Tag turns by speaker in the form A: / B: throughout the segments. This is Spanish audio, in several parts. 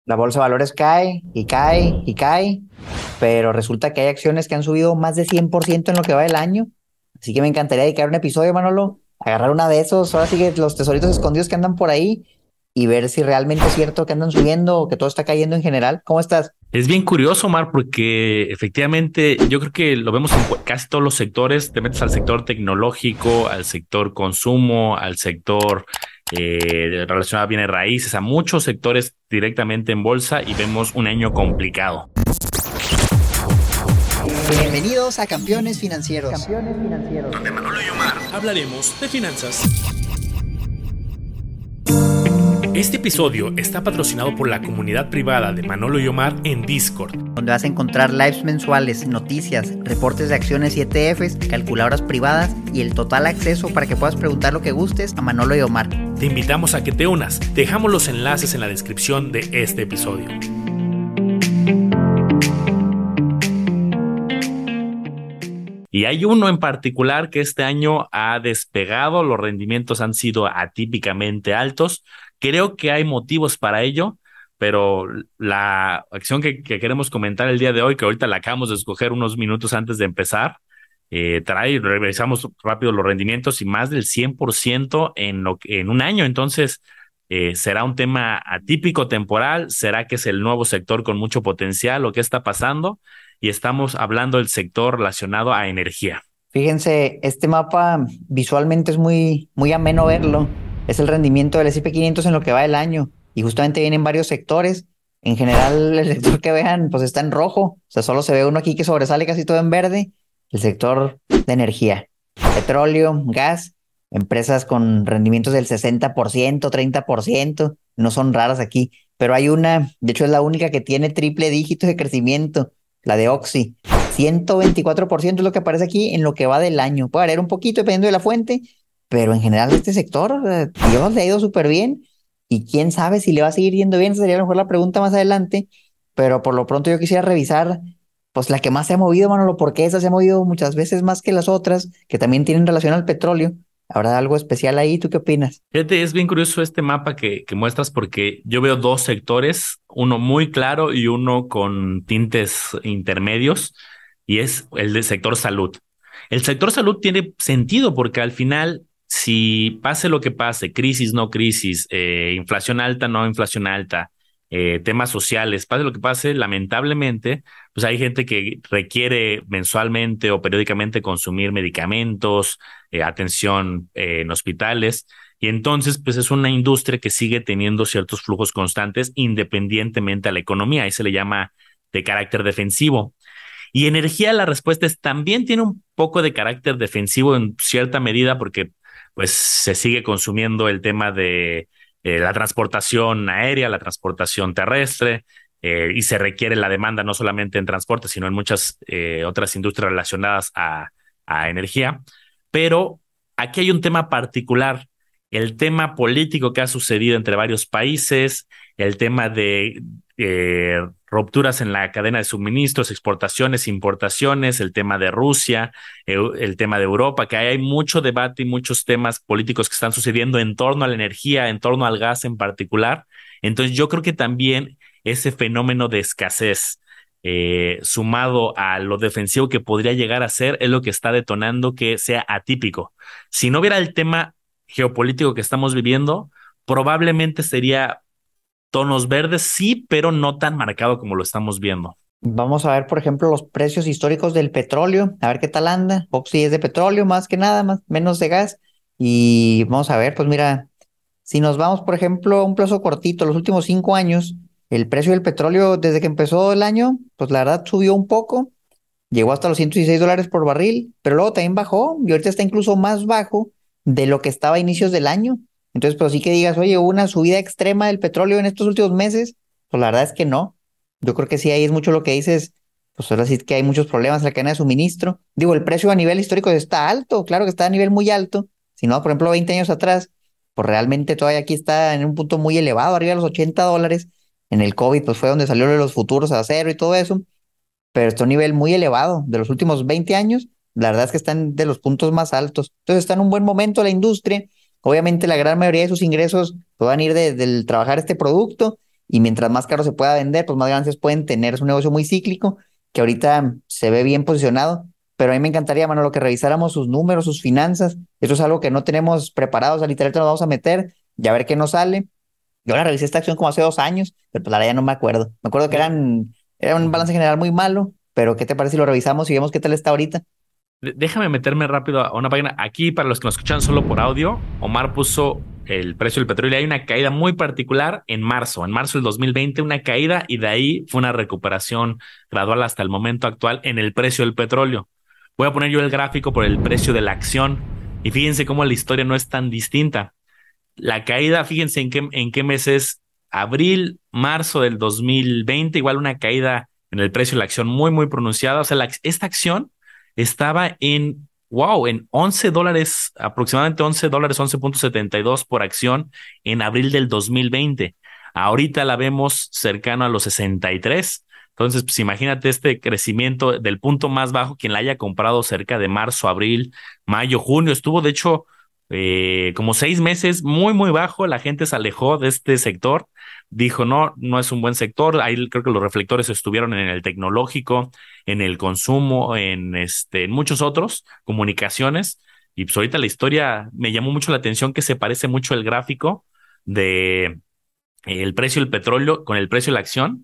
A: La bolsa de valores cae y cae y cae, pero resulta que hay acciones que han subido más de 100% en lo que va del año. Así que me encantaría dedicar un episodio, Manolo, agarrar una de esos, ahora sí que los tesoritos escondidos que andan por ahí y ver si realmente es cierto que andan subiendo o que todo está cayendo en general. ¿Cómo estás?
B: Es bien curioso, Omar, porque efectivamente yo creo que lo vemos en casi todos los sectores. Te metes al sector tecnológico, al sector consumo, al sector relacionado a bienes raíces, a muchos sectores directamente en bolsa y vemos un año complicado.
A: Bienvenidos a Campeones Financieros. Campeones Financieros.
C: Donde Manolo y Omar hablaremos de finanzas. Este episodio está patrocinado por la comunidad privada de Manolo y Omar en Discord,
A: Donde vas a encontrar lives mensuales, noticias, reportes de acciones y ETFs, calculadoras privadas y el total acceso para que puedas preguntar lo que gustes a Manolo y Omar.
C: Te invitamos a que te unas. Dejamos los enlaces en la descripción de este episodio.
B: Y hay uno en particular que este año ha despegado, los rendimientos han sido atípicamente altos. Creo que hay motivos para ello, pero la acción que queremos comentar el día de hoy, que ahorita la acabamos de escoger unos minutos antes de empezar, revisamos rápido los rendimientos y más del 100% en un año. Entonces, ¿será un tema atípico temporal? ¿Será que es el nuevo sector con mucho potencial? ¿O qué está pasando? Y estamos hablando del sector relacionado a energía.
A: Fíjense, este mapa visualmente es muy ameno verlo. Es el rendimiento del S&P 500 en lo que va del año. Y justamente vienen varios sectores. En general, el sector que vean, pues está en rojo. O sea, solo se ve uno aquí que sobresale casi todo en verde. El sector de energía. Petróleo, gas, empresas con rendimientos del 60%, 30%. No son raras aquí. Pero hay una, de hecho es la única que tiene triple dígito de crecimiento, la de Oxy. 124% es lo que aparece aquí en lo que va del año. Puede variar un poquito dependiendo de la fuente, pero en general este sector, Dios le ha ido súper bien y quién sabe si le va a seguir yendo bien. Esa sería a lo mejor la pregunta más adelante, pero por lo pronto yo quisiera revisar pues la que más se ha movido, Manolo, porque esa se ha movido muchas veces más que las otras, que también tienen relación al petróleo. ¿Habrá algo especial ahí? ¿Tú qué opinas?
B: Fíjate, es bien curioso este mapa que muestras porque yo veo dos sectores, uno muy claro y uno con tintes intermedios, y es el del sector salud. El sector salud tiene sentido porque al final, si pase lo que pase, crisis, no crisis, inflación alta, no inflación alta, temas sociales, pase lo que pase, lamentablemente, pues hay gente que requiere mensualmente o periódicamente consumir medicamentos, atención en hospitales. Y entonces, pues es una industria que sigue teniendo ciertos flujos constantes independientemente a la economía. Ahí se le llama de carácter defensivo. Y energía, la respuesta es también tiene un poco de carácter defensivo en cierta medida porque pues se sigue consumiendo el tema de la transportación aérea, la transportación terrestre, y se requiere la demanda no solamente en transporte, sino en muchas otras industrias relacionadas a energía. Pero aquí hay un tema particular, el tema político que ha sucedido entre varios países, el tema de rupturas en la cadena de suministros, exportaciones, importaciones, el tema de Rusia, el tema de Europa, que hay mucho debate y muchos temas políticos que están sucediendo en torno a la energía, en torno al gas en particular. Entonces yo creo que también ese fenómeno de escasez, sumado a lo defensivo que podría llegar a ser, es lo que está detonando que sea atípico. Si no hubiera el tema geopolítico que estamos viviendo, probablemente sería tonos verdes, sí, pero no tan marcado como lo estamos viendo.
A: Vamos a ver, por ejemplo, los precios históricos del petróleo, a ver qué tal anda. Oxy es de petróleo más que nada, más, menos de gas. Y vamos a ver, pues mira, si nos vamos, por ejemplo, a un plazo cortito, los últimos 5 años, el precio del petróleo desde que empezó el año, pues la verdad subió un poco, llegó hasta los $116 por barril, pero luego también bajó y ahorita está incluso más bajo de lo que estaba a inicios del año. Entonces, pues sí que digas, oye, hubo una subida extrema del petróleo en estos últimos meses, pues la verdad es que no. Yo creo que sí, ahí es mucho lo que dices, pues ahora sí que hay muchos problemas en la cadena de suministro. Digo, el precio a nivel histórico está alto, claro que está a nivel muy alto. Si no, por ejemplo, 20 años atrás, pues realmente todavía aquí está en un punto muy elevado, arriba de los $80. En el COVID, pues fue donde salió lo de los futuros a cero y todo eso, pero está a un nivel muy elevado de los últimos 20 años. La verdad es que están de los puntos más altos. Entonces está en un buen momento la industria. Obviamente la gran mayoría de sus ingresos pues, van a ir del trabajar este producto y mientras más caro se pueda vender, pues más ganancias pueden tener. Es un negocio muy cíclico que ahorita se ve bien posicionado, pero a mí me encantaría, Manolo, que revisáramos sus números, sus finanzas. Eso es algo que no tenemos preparados, o sea, literalmente nos vamos a meter y a ver qué nos sale. Yo la revisé esta acción como hace 2 años, pero pues la verdad ya no me acuerdo. Me acuerdo que era un
B: Ujú.
A: balance general muy malo, pero ¿qué te parece si lo revisamos y vemos qué tal está ahorita?
B: Déjame meterme rápido a una página. Aquí, para los que nos escuchan solo por audio, Omar puso el precio del petróleo. Hay una caída muy particular en marzo del 2020, una caída, y de ahí fue una recuperación gradual hasta el momento actual en el precio del petróleo. Voy a poner yo el gráfico por el precio de la acción y fíjense cómo la historia no es tan distinta. La caída, fíjense en qué meses, abril, marzo del 2020, igual una caída en el precio de la acción muy, muy pronunciada. O sea, esta acción estaba en $11, aproximadamente $11, 11.72 por acción en abril del 2020. Ahorita la vemos cercano a los 63. Entonces, pues imagínate este crecimiento del punto más bajo, quien la haya comprado cerca de marzo, abril, mayo, junio, estuvo de hecho como 6 meses muy, muy bajo. La gente se alejó de este sector, dijo, no, no es un buen sector. Ahí creo que los reflectores estuvieron en el tecnológico, en el consumo, en muchos otros, comunicaciones. Y pues ahorita la historia me llamó mucho la atención que se parece mucho el gráfico de el precio del petróleo con el precio de la acción.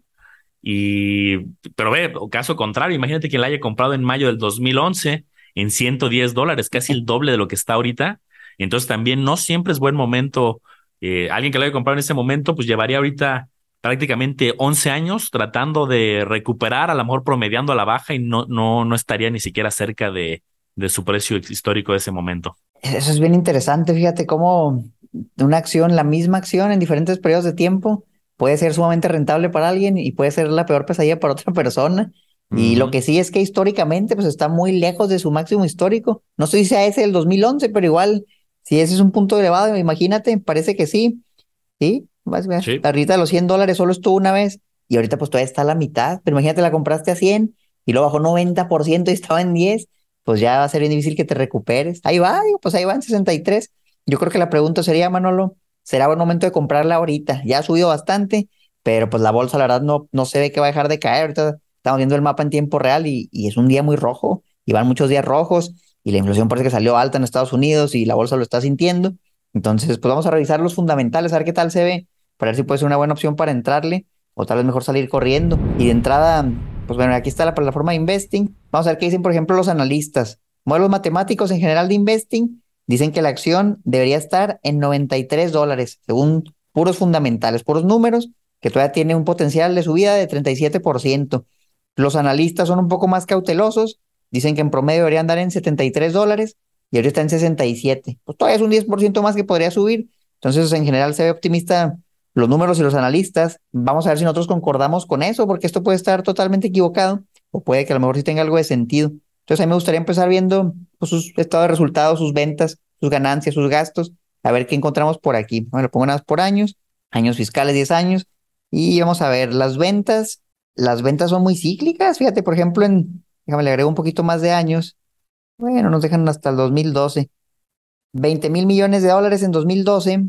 B: Y, pero ve, caso contrario, imagínate quien la haya comprado en mayo del 2011 en $110, casi el doble de lo que está ahorita. Entonces también no siempre es buen momento. Alguien que lo haya comprado en ese momento, pues llevaría ahorita prácticamente 11 años tratando de recuperar, a lo mejor promediando a la baja, y no estaría ni siquiera cerca de su precio histórico de ese momento.
A: Eso es bien interesante, fíjate cómo una acción, la misma acción en diferentes periodos de tiempo puede ser sumamente rentable para alguien y puede ser la peor pesadilla para otra persona. Y lo
B: Ujú.
A: que sí es que históricamente pues está muy lejos de su máximo histórico. No sé si sea ese del 2011, pero igual, si ese es un punto elevado, imagínate, parece que sí. Sí,
B: Sí.
A: arriba de los $100 solo estuvo una vez y ahorita pues todavía está a la mitad. Pero imagínate, la compraste a 100 y luego bajó 90% y estaba en 10, pues ya va a ser bien difícil que te recuperes. Ahí va, digo, pues ahí va en 63. Yo creo que la pregunta sería, Manolo, ¿será buen momento de comprarla ahorita? Ya ha subido bastante, pero pues la bolsa, la verdad, no se ve que va a dejar de caer. Ahorita estamos viendo el mapa en tiempo real y es un día muy rojo y van muchos días rojos y la inflación parece que salió alta en Estados Unidos y la bolsa lo está sintiendo. Entonces, pues vamos a revisar los fundamentales, a ver qué tal se ve, para ver si puede ser una buena opción para entrarle o tal vez mejor salir corriendo. Y de entrada, pues bueno, aquí está la plataforma de Investing. Vamos a ver qué dicen, por ejemplo, los analistas. Modelos matemáticos en general de Investing dicen que la acción debería estar en $93, según puros fundamentales, puros números, que todavía tiene un potencial de subida de 37%. Los analistas son un poco más cautelosos, dicen que en promedio debería andar en $73 y ahorita está en 67. Pues todavía es un 10% más que podría subir. Entonces, en general, se ve optimista los números y los analistas. Vamos a ver si nosotros concordamos con eso, porque esto puede estar totalmente equivocado o puede que a lo mejor sí tenga algo de sentido. Entonces, a mí me gustaría empezar viendo pues, sus estados de resultados, sus ventas, sus ganancias, sus gastos, a ver qué encontramos por aquí. Bueno, lo pongo nada más por años, años fiscales, 10 años, y vamos a ver las ventas. Las ventas son muy cíclicas. Fíjate, por ejemplo, déjame le agrego un poquito más de años. Bueno, nos dejan hasta el 2012. 20.000 millones de dólares en 2012,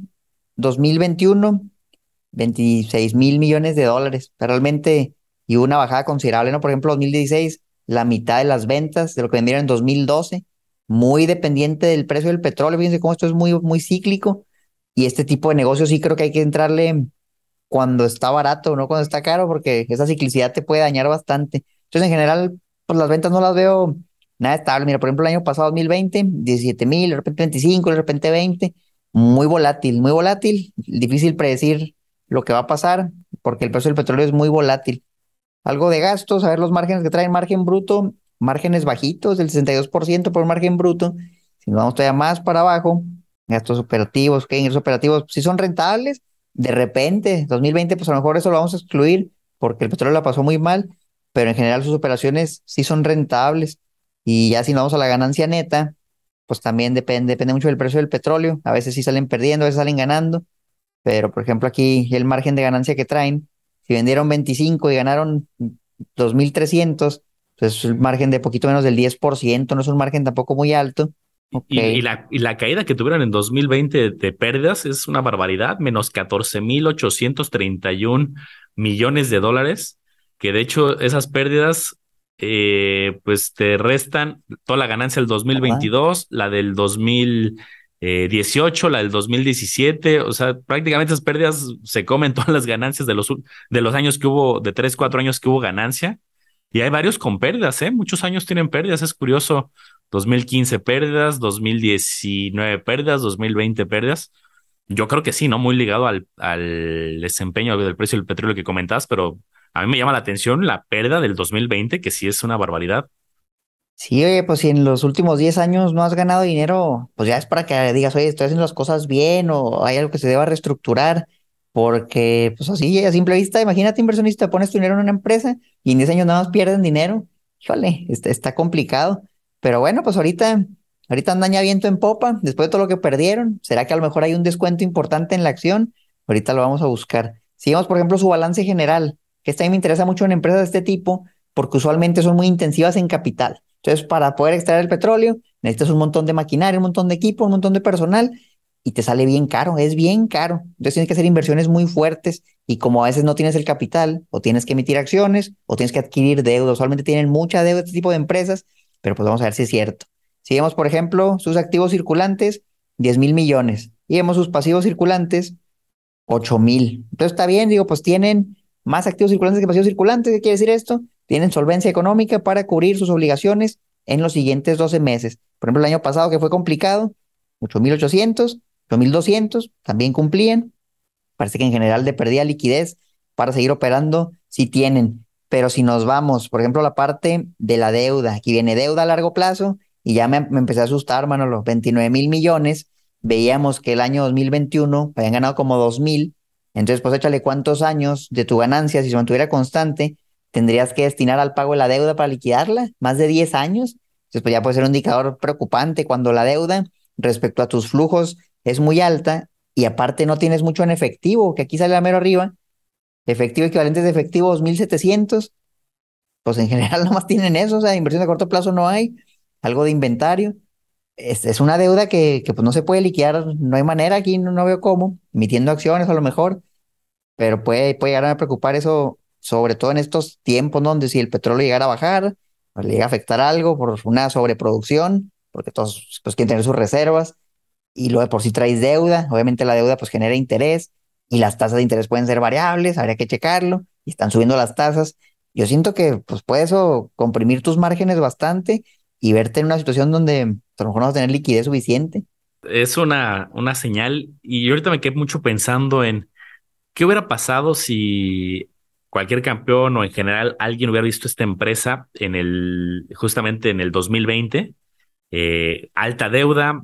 A: 2021, 26.000 millones de dólares. Realmente, y hubo una bajada considerable, ¿no? Por ejemplo, 2016, la mitad de las ventas de lo que vendieron en 2012, muy dependiente del precio del petróleo. Fíjense cómo esto es muy, muy cíclico. Y este tipo de negocios sí creo que hay que entrarle cuando está barato, no cuando está caro, porque esa ciclicidad te puede dañar bastante. Entonces, en general, pues las ventas no las veo nada estable. Mira, por ejemplo, el año pasado, 2020, 17.000, de repente 25, de repente 20. Muy volátil, difícil predecir lo que va a pasar, porque el precio del petróleo es muy volátil. Algo de gastos, a ver los márgenes que traen, margen bruto, márgenes bajitos, del 62% por margen bruto. Si nos vamos todavía más para abajo, gastos operativos, ¿qué? Ingresos operativos, sí son rentables. De repente, 2020, pues a lo mejor eso lo vamos a excluir porque el petróleo la pasó muy mal, pero en general sus operaciones sí son rentables. Y ya si nos vamos a la ganancia neta, pues también depende mucho del precio del petróleo. A veces sí salen perdiendo, a veces salen ganando, pero por ejemplo aquí el margen de ganancia que traen, si vendieron 25 y ganaron 2.300, pues es un margen de poquito menos del 10%, no es un margen tampoco muy alto. Ok.
B: Y la caída que tuvieron en 2020 de pérdidas es una barbaridad, menos 14,831 millones de dólares, que de hecho esas pérdidas pues te restan toda la ganancia del
A: ¿Verdad?
B: 2022, la del 2018, la del 2017, o sea, prácticamente esas pérdidas se comen todas las ganancias de los años que hubo, de 3, 4 años que hubo ganancia. Y hay varios con pérdidas, ¿eh? Muchos años tienen pérdidas, es curioso. 2015 pérdidas, 2019 pérdidas, 2020 pérdidas. Yo creo que sí, ¿no? Muy ligado al desempeño del precio del petróleo que comentas, pero a mí me llama la atención la pérdida del 2020, que sí es una barbaridad.
A: Sí, oye, pues si en los últimos 10 años no has ganado dinero, pues ya es para que digas, oye, estoy haciendo las cosas bien o hay algo que se deba reestructurar, porque pues así, a simple vista, imagínate inversionista, pones tu dinero en una empresa y en 10 años nada más pierden dinero. Híjole, está complicado. Pero bueno, pues ahorita andan ya viento en popa, después de todo lo que perdieron, ¿será que a lo mejor hay un descuento importante en la acción? Ahorita lo vamos a buscar. Sigamos, por ejemplo, su balance general, que esta a mí me interesa mucho en empresas de este tipo, porque usualmente son muy intensivas en capital. Entonces, para poder extraer el petróleo, necesitas un montón de maquinaria, un montón de equipo, un montón de personal y te sale bien caro, es bien caro. Entonces, tienes que hacer inversiones muy fuertes y como a veces no tienes el capital, o tienes que emitir acciones, o tienes que adquirir deuda. Usualmente tienen mucha deuda este tipo de empresas, pero pues vamos a ver si es cierto. Si vemos, por ejemplo, sus activos circulantes, 10,000 millones, y vemos sus pasivos circulantes, 8,000. Entonces, está bien, digo, pues tienen más activos circulantes que pasivos circulantes. ¿Qué quiere decir esto? Tienen solvencia económica para cubrir sus obligaciones en los siguientes 12 meses. Por ejemplo, el año pasado que fue complicado, 8,800, 8,200, también cumplían. Parece que en general de perdida liquidez para seguir operando, sí tienen. Pero si nos vamos, por ejemplo, a la parte de la deuda, aquí viene deuda a largo plazo y ya me empecé a asustar, mano, los 29,000 millones. Veíamos que el año 2021 habían ganado como 2,000. Entonces, pues échale cuántos años de tu ganancia, si se mantuviera constante, tendrías que destinar al pago de la deuda para liquidarla, más de 10 años. Entonces, pues ya puede ser un indicador preocupante cuando la deuda respecto a tus flujos es muy alta y aparte no tienes mucho en efectivo, que aquí sale a mero arriba, efectivo equivalentes de efectivo 2,700, pues en general nomás tienen eso, o sea, inversión de corto plazo no hay, algo de inventario. Es una deuda que pues no se puede liquidar, no hay manera aquí, no veo cómo, emitiendo acciones a lo mejor, pero puede llegar a preocupar eso, sobre todo en estos tiempos, ¿no? Donde si el petróleo llegara a bajar, o le llega a afectar algo por una sobreproducción, porque todos pues quieren tener sus reservas y luego de por sí traes deuda, obviamente la deuda pues genera interés y las tasas de interés pueden ser variables, habría que checarlo y están subiendo las tasas. Yo siento que pues puede eso comprimir tus márgenes bastante y verte en una situación donde a lo mejor no vas a tener liquidez suficiente.
B: Es una señal y ahorita me quedé mucho pensando en qué hubiera pasado si cualquier campeón o en general alguien hubiera visto esta empresa justamente en el 2020, alta deuda,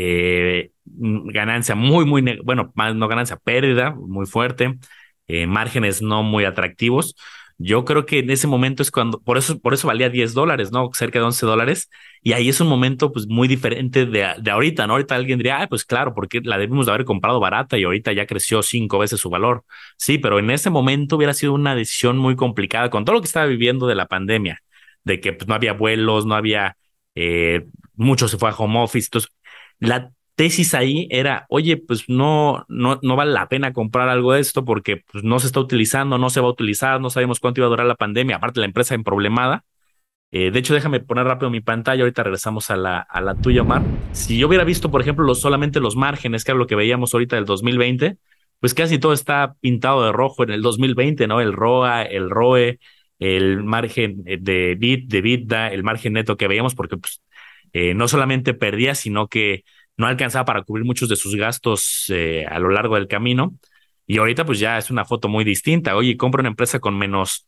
B: ganancia bueno, más no ganancia, pérdida muy fuerte, márgenes no muy atractivos. Yo creo que en ese momento es cuando, por eso valía $10, ¿no? Cerca de $11. Y ahí es un momento pues muy diferente de ahorita, ¿no? Ahorita alguien diría, pues claro, porque la debimos de haber comprado barata y ahorita ya creció 5 veces su valor. Sí, pero en ese momento hubiera sido una decisión muy complicada con todo lo que estaba viviendo de la pandemia, de que pues, no había vuelos, no había mucho se fue a home office. Entonces, la tesis ahí era, oye, pues no vale la pena comprar algo de esto porque pues, no se está utilizando, no se va a utilizar, no sabemos cuánto iba a durar la pandemia, aparte la empresa en problemada. De hecho, déjame poner rápido mi pantalla, ahorita regresamos a la tuya, Omar. Si yo hubiera visto, por ejemplo, solamente los márgenes, que era lo que veíamos ahorita del 2020, pues casi todo está pintado de rojo en el 2020, ¿no? El ROA, el ROE, el margen de EBITDA, el margen neto que veíamos, porque pues, no solamente perdía, sino que no alcanzaba para cubrir muchos de sus gastos a lo largo del camino. Y ahorita pues ya es una foto muy distinta. Oye, compra una empresa con menos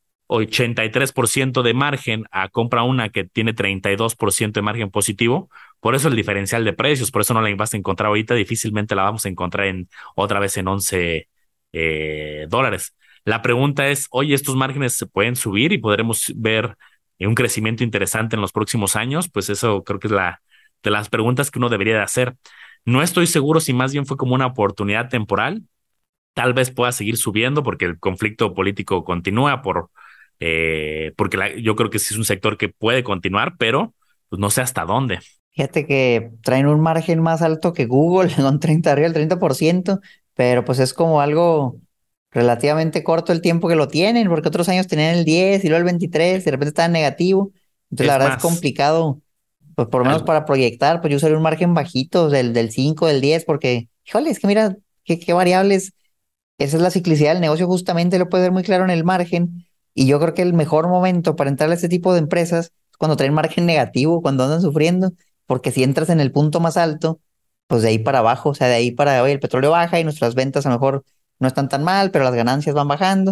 B: 83% de margen a compra una que tiene 32% de margen positivo. Por eso el diferencial de precios, por eso no la vas a encontrar ahorita, difícilmente la vamos a encontrar otra vez en 11 dólares. La pregunta es, oye, ¿estos márgenes se pueden subir y podremos ver un crecimiento interesante en los próximos años? Pues eso creo que es de las preguntas que uno debería de hacer. No estoy seguro si más bien fue como una oportunidad temporal. Tal vez pueda seguir subiendo porque el conflicto político continúa porque yo creo que sí es un sector que puede continuar, pero pues no sé hasta dónde.
A: Fíjate que traen un margen más alto que Google, con 30 arriba del 30%, pero pues es como algo relativamente corto el tiempo que lo tienen, porque otros años tenían el 10 y luego el 23, y de repente estaba negativo. Entonces la
B: Es
A: verdad es
B: más,
A: complicado, pues por lo menos
B: algo,
A: para proyectar, pues yo usaría un margen bajito del 5 del 10 porque, híjole, es que mira, qué variables. Esa es la ciclicidad del negocio, justamente lo puede ver muy claro en el margen. Y yo creo que el mejor momento para entrar a este tipo de empresas es cuando traen margen negativo, cuando andan sufriendo, porque si entras en el punto más alto, pues de ahí para abajo, o sea, de ahí para, oye, el petróleo baja y nuestras ventas a lo mejor no están tan mal, pero las ganancias van bajando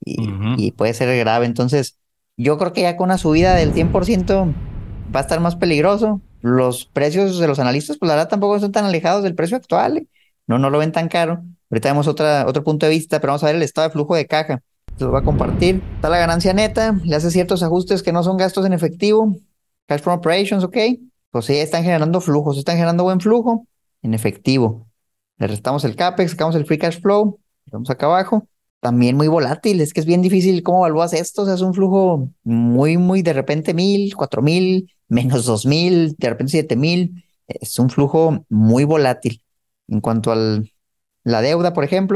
A: y
B: ujú.
A: puede ser grave. Entonces, yo creo que ya con una subida del 100% va a estar más peligroso. Los precios de los analistas, pues la verdad tampoco son tan alejados del precio actual, ¿eh? No lo ven tan caro. Ahorita vemos otro punto de vista, pero vamos a ver el estado de flujo de caja. Se lo va a compartir. Está la ganancia neta, le hace ciertos ajustes que no son gastos en efectivo. Cash from operations, ok. Pues sí, están generando flujos, están generando buen flujo en efectivo. Le restamos el CAPEX, sacamos el free cash flow, vamos acá abajo. También muy volátil, es que es bien difícil cómo evalúas esto. O sea, es un flujo muy de repente 1000, 4000, menos 2000, de repente 7000. Es un flujo muy volátil. En cuanto al la deuda, por ejemplo,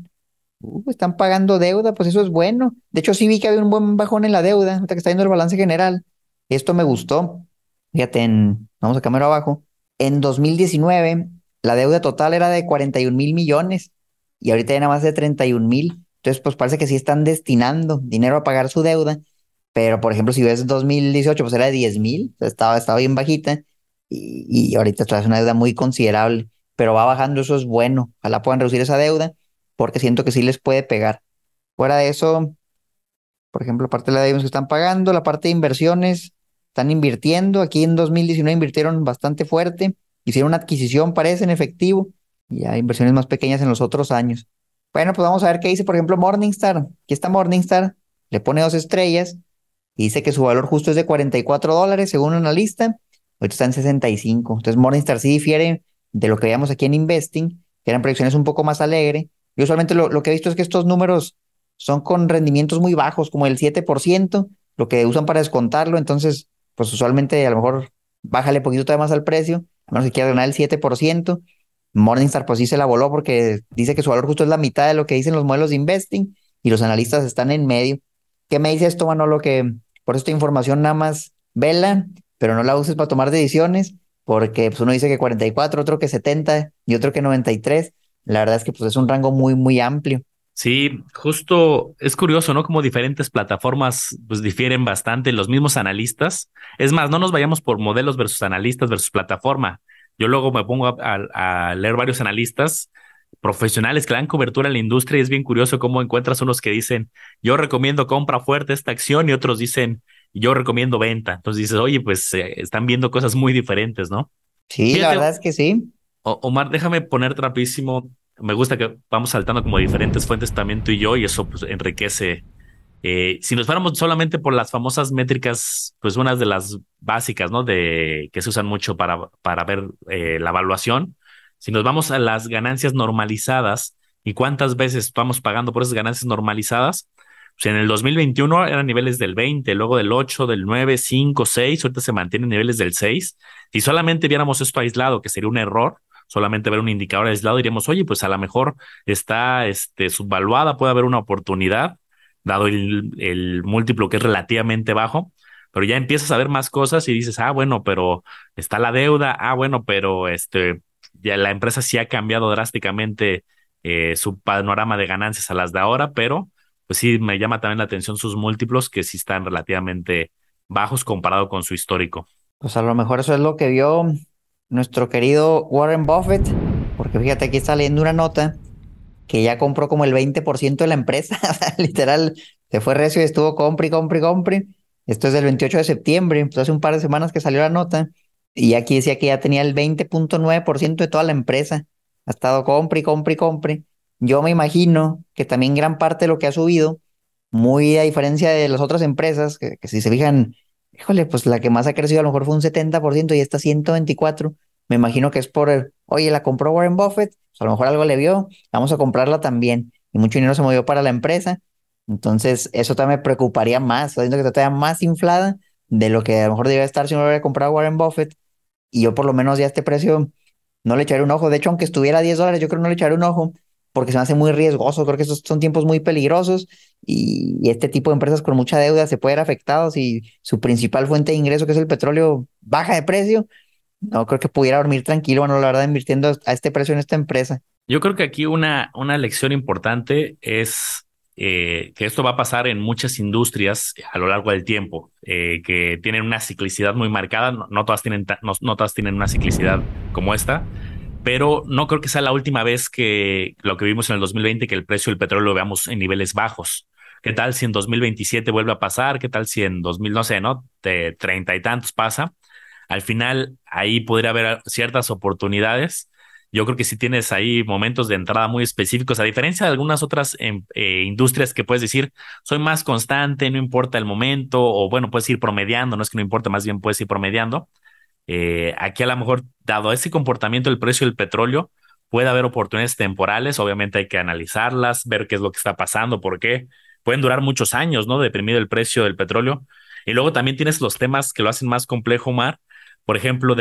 A: están pagando deuda, pues eso es bueno. De hecho, sí vi que había un buen bajón en la deuda, ahorita que está viendo el balance general. Esto me gustó. Fíjate, vamos a cámara abajo. En 2019, la deuda total era de 41,000 millones y ahorita ya nada más de 31,000. Entonces, pues parece que sí están destinando dinero a pagar su deuda. Pero, por ejemplo, si ves 2018, pues era de 10,000, o sea, estaba bien bajita y ahorita trae una deuda muy considerable, pero va bajando, eso es bueno. Ojalá puedan reducir esa deuda porque siento que sí les puede pegar. Fuera de eso, por ejemplo, aparte de la deuda que están pagando, la parte de inversiones, están invirtiendo. Aquí en 2019 invirtieron bastante fuerte, hicieron una adquisición, parece, en efectivo, y hay inversiones más pequeñas en los otros años. Bueno, pues vamos a ver qué dice, por ejemplo, Morningstar. Aquí está Morningstar, le pone 2 estrellas y dice que su valor justo es de $44, según un analista. Ahorita está en 65. Entonces, Morningstar sí difiere de lo que veíamos aquí en Investing, que eran proyecciones un poco más alegres. Yo usualmente lo que he visto es que estos números son con rendimientos muy bajos, como el 7%, lo que usan para descontarlo. Entonces, pues usualmente a lo mejor bájale poquito todavía más al precio, a menos que quiera ganar el 7%. Morningstar, pues sí se la voló porque dice que su valor justo es la mitad de lo que dicen los modelos de investing y los analistas están en medio. ¿Qué me dice esto, Manolo? Que por esta información nada más vela, pero no la uses para tomar decisiones, porque pues uno dice que 44, otro que 70 y otro que 93. La verdad es que pues es un rango muy amplio.
B: Sí, justo es curioso, ¿no? Como diferentes plataformas pues difieren bastante, los mismos analistas. Es más, no nos vayamos por modelos versus analistas versus plataforma. Yo luego me pongo a leer varios analistas profesionales que dan cobertura a la industria y es bien curioso cómo encuentras unos que dicen, yo recomiendo compra fuerte esta acción y otros dicen, yo recomiendo venta. Entonces dices, oye, pues están viendo cosas muy diferentes, ¿no?
A: Sí, la
B: Fíjate,
A: verdad es que sí.
B: Omar, déjame poner rapidísimo. Me gusta que vamos saltando como diferentes fuentes también tú y yo, y eso pues enriquece. Si nos fuéramos solamente por las famosas métricas, pues unas de las básicas, ¿no? De que se usan mucho para ver la evaluación. Si nos vamos a las ganancias normalizadas y cuántas veces estamos pagando por esas ganancias normalizadas, pues en el 2021 eran niveles del 20, luego del 8, del 9, 5, 6, ahorita se mantienen niveles del 6. Si solamente viéramos esto aislado, que sería un error, solamente ver un indicador aislado, diríamos, oye, pues a lo mejor está subvaluada, puede haber una oportunidad, dado el múltiplo que es relativamente bajo, pero ya empiezas a ver más cosas y dices, bueno, pero está la deuda, bueno, pero ya la empresa sí ha cambiado drásticamente su panorama de ganancias a las de ahora, pero pues sí me llama también la atención sus múltiplos que sí están relativamente bajos comparado con su histórico.
A: Pues a lo mejor eso es lo que vio nuestro querido Warren Buffett, porque fíjate, aquí está leyendo una nota que ya compró como el 20% de la empresa, o sea, literal, se fue recio y estuvo compre y compre y compre. Esto es del 28 de septiembre, pues hace un par de semanas que salió la nota, y aquí decía que ya tenía el 20,9% de toda la empresa. Ha estado compre y compre y compre. Yo me imagino que también gran parte de lo que ha subido, muy a diferencia de las otras empresas, que si se fijan, híjole, pues la que más ha crecido a lo mejor fue un 70% y esta 124. Me imagino que es oye, la compró Warren Buffett, pues a lo mejor algo le vio, vamos a comprarla también. Y mucho dinero se movió para la empresa. Entonces, eso también me preocuparía más, sabiendo que está todavía más inflada de lo que a lo mejor debería estar si no lo hubiera comprado Warren Buffett. y yo por lo menos ya a este precio no le echaré un ojo. De hecho, aunque estuviera a $10, yo creo que no le echaré un ojo porque se me hace muy riesgoso. Creo que estos son tiempos muy peligrosos y este tipo de empresas con mucha deuda se pueden ver afectados y su principal fuente de ingreso, que es el petróleo, baja de precio. No creo que pudiera dormir tranquilo, bueno, la verdad, invirtiendo a este precio en esta empresa.
B: Yo creo que aquí una lección importante es que esto va a pasar en muchas industrias a lo largo del tiempo, que tienen una ciclicidad muy marcada. No todas tienen, no todas tienen una ciclicidad como esta, pero no creo que sea la última vez que lo que vimos en el 2020, que el precio del petróleo lo veamos en niveles bajos. ¿Qué tal si en 2027 vuelve a pasar? ¿Qué tal si en 2000, no sé, ¿no? De 30 y tantos pasa? Al final, ahí podría haber ciertas oportunidades. Yo creo que si tienes ahí momentos de entrada muy específicos, a diferencia de algunas otras industrias que puedes decir, soy más constante, no importa el momento, o bueno, puedes ir promediando, no es que no importa, más bien puedes ir promediando. Aquí a lo mejor, dado ese comportamiento del precio del petróleo, puede haber oportunidades temporales. Obviamente hay que analizarlas, ver qué es lo que está pasando, por qué. Pueden durar muchos años, ¿no? Deprimido el precio del petróleo. Y luego también tienes los temas que lo hacen más complejo, Mar. Por ejemplo,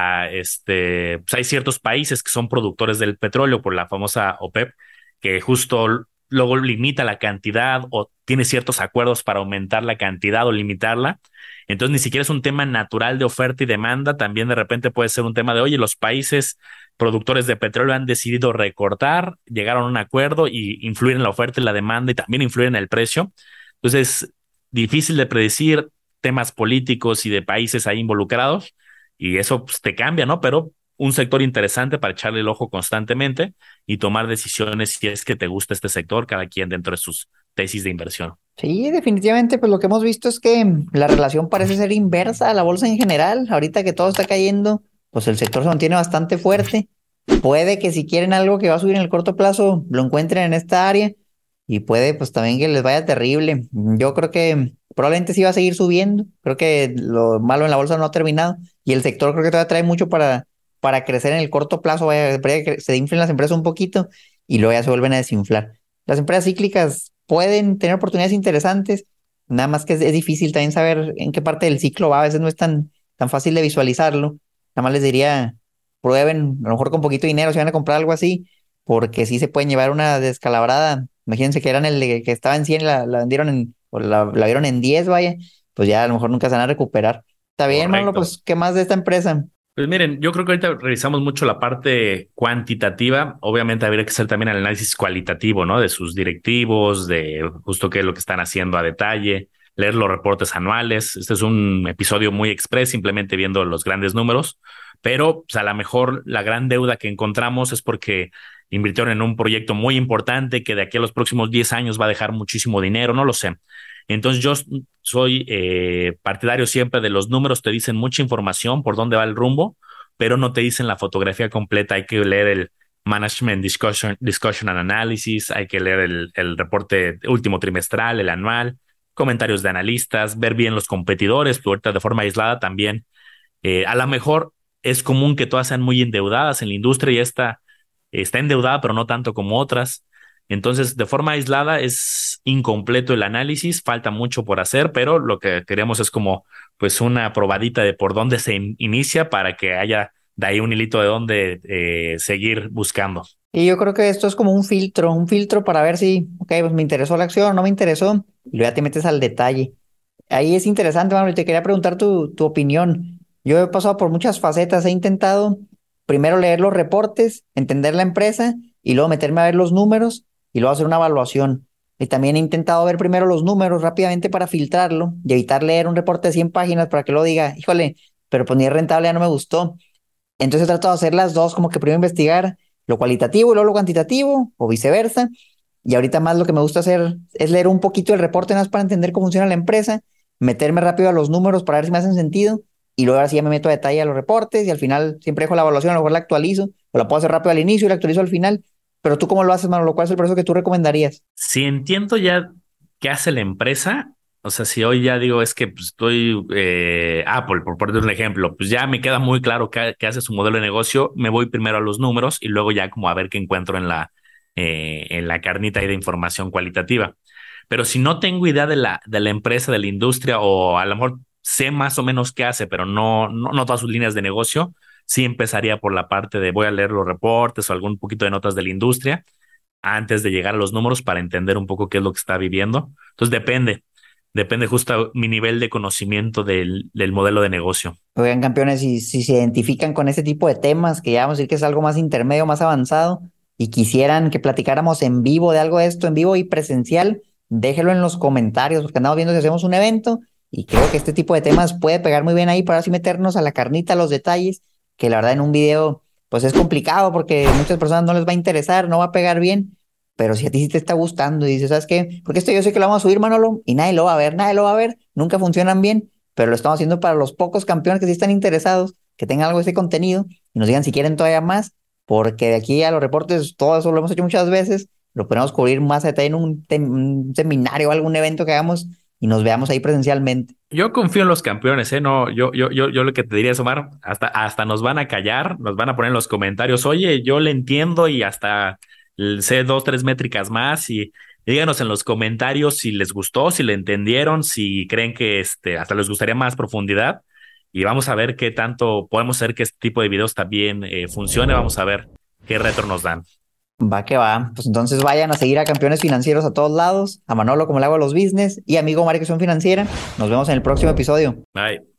B: pues hay ciertos países que son productores del petróleo por la famosa OPEP, que justo luego limita la cantidad o tiene ciertos acuerdos para aumentar la cantidad o limitarla. Entonces, ni siquiera es un tema natural de oferta y demanda, también de repente puede ser un tema de, oye, los países productores de petróleo han decidido recortar, llegaron a un acuerdo y influir en la oferta y la demanda y también influir en el precio. Entonces, difícil de predecir temas políticos y de países ahí involucrados y eso pues, te cambia, ¿no? Pero un sector interesante para echarle el ojo constantemente y tomar decisiones si es que te gusta este sector, cada quien dentro de sus tesis de inversión.
A: Sí, definitivamente, pues lo que hemos visto es que la relación parece ser inversa a la bolsa en general. Ahorita que todo está cayendo, pues el sector se mantiene bastante fuerte. Puede que si quieren algo que va a subir en el corto plazo, lo encuentren en esta área y puede pues también que les vaya terrible. Yo creo que probablemente sí va a seguir subiendo. Creo que lo malo en la bolsa no ha terminado y el sector creo que todavía trae mucho para crecer en el corto plazo. Vaya, puede que se inflen las empresas un poquito y luego ya se vuelven a desinflar. Las empresas cíclicas pueden tener oportunidades interesantes, nada más que es difícil también saber en qué parte del ciclo va, a veces no es tan fácil de visualizarlo. Nada más les diría, prueben, a lo mejor con poquito dinero si van a comprar algo así, porque sí se pueden llevar una descalabrada. Imagínense que eran que estaba en 100 la vendieron o la vieron en 10 vaya, pues ya a lo mejor nunca se van a recuperar. Está bien, Manolo,
B: Correcto.
A: pues, ¿qué más de esta empresa?
B: Pues miren, yo creo que ahorita revisamos mucho la parte cuantitativa. Obviamente habría que hacer también el análisis cualitativo, ¿no? De sus directivos, de justo qué es lo que están haciendo a detalle, leer los reportes anuales. Este es un episodio muy express, simplemente viendo los grandes números, pero pues, a lo mejor la gran deuda que encontramos es porque invirtieron en un proyecto muy importante que de aquí a los próximos 10 años va a dejar muchísimo dinero, no lo sé. Entonces yo soy partidario siempre de los números, te dicen mucha información por dónde va el rumbo, pero no te dicen la fotografía completa. Hay que leer el Management Discussion and Analysis, hay que leer el reporte último trimestral, el anual, comentarios de analistas, ver bien los competidores, pero ahorita de forma aislada también. A lo mejor es común que todas sean muy endeudadas en la industria y esta está endeudada, pero no tanto como otras. Entonces, de forma aislada es incompleto el análisis, falta mucho por hacer, pero lo que queremos es como pues una probadita de por dónde se inicia para que haya de ahí un hilito de dónde seguir buscando.
A: Y yo creo que esto es como un filtro para ver si, ok, pues me interesó la acción, no me interesó, y luego ya te metes al detalle. Ahí es interesante, Manuel, te quería preguntar tu opinión. Yo he pasado por muchas facetas, he intentado primero leer los reportes, entender la empresa y luego meterme a ver los números y luego hacer una evaluación. Y también he intentado ver primero los números rápidamente para filtrarlo y evitar leer un reporte de 100 páginas para que luego diga, híjole, pero pues ni es rentable, ya no me gustó. Entonces trato de hacer las dos, como que primero investigar lo cualitativo y luego lo cuantitativo o viceversa. Y ahorita más lo que me gusta hacer es leer un poquito el reporte nada más para entender cómo funciona la empresa, meterme rápido a los números para ver si me hacen sentido y luego ahora sí ya me meto a detalle a los reportes y al final siempre dejo la evaluación, a lo mejor la actualizo o la puedo hacer rápido al inicio y la actualizo al final. Pero tú cómo lo haces, Manolo, ¿cuál es el proceso que tú recomendarías?
B: Si entiendo ya qué hace la empresa, o sea, si hoy ya digo es que pues, estoy Apple, por poner un ejemplo, pues ya me queda muy claro qué hace su modelo de negocio, me voy primero a los números y luego ya como a ver qué encuentro en la carnita ahí de información cualitativa. Pero si no tengo idea de la empresa, de la industria, o a lo mejor sé más o menos qué hace, pero no todas sus líneas de negocio, sí empezaría por la parte de voy a leer los reportes o algún poquito de notas de la industria antes de llegar a los números para entender un poco qué es lo que está viviendo. Entonces depende justo mi nivel de conocimiento del modelo de negocio.
A: Oigan, campeones, si se identifican con ese tipo de temas, que ya vamos a decir que es algo más intermedio, más avanzado, y quisieran que platicáramos en vivo de algo de esto, en vivo y presencial, déjelo en los comentarios, porque andamos viendo si hacemos un evento, y creo que este tipo de temas puede pegar muy bien ahí para así meternos a la carnita, a los detalles, que la verdad en un video, pues es complicado, porque a muchas personas no les va a interesar, no va a pegar bien, pero si a ti sí te está gustando y dices, ¿sabes qué? Porque esto yo sé que lo vamos a subir, Manolo, y nadie lo va a ver, nadie lo va a ver, nunca funcionan bien, pero lo estamos haciendo para los pocos campeones que sí están interesados, que tengan algo de ese contenido y nos digan si quieren todavía más, porque de aquí a los reportes, todo eso lo hemos hecho muchas veces, lo podemos cubrir más a detalle en un seminario o algún evento que hagamos y nos veamos ahí presencialmente.
B: Yo confío en los campeones, ¿eh? No, yo lo que te diría es, Omar, hasta nos van a callar, nos van a poner en los comentarios, oye, yo le entiendo y hasta sé 2, 3 métricas más y díganos en los comentarios si les gustó, si le entendieron, si creen que hasta les gustaría más profundidad y vamos a ver qué tanto podemos hacer que este tipo de videos también funcione, vamos a ver qué retro nos dan.
A: Va que va. Pues entonces vayan a seguir a Campeones Financieros a todos lados, a Manolo como le hago a los business y amigo Omar que son financiera. Nos vemos en el próximo episodio.
B: Bye.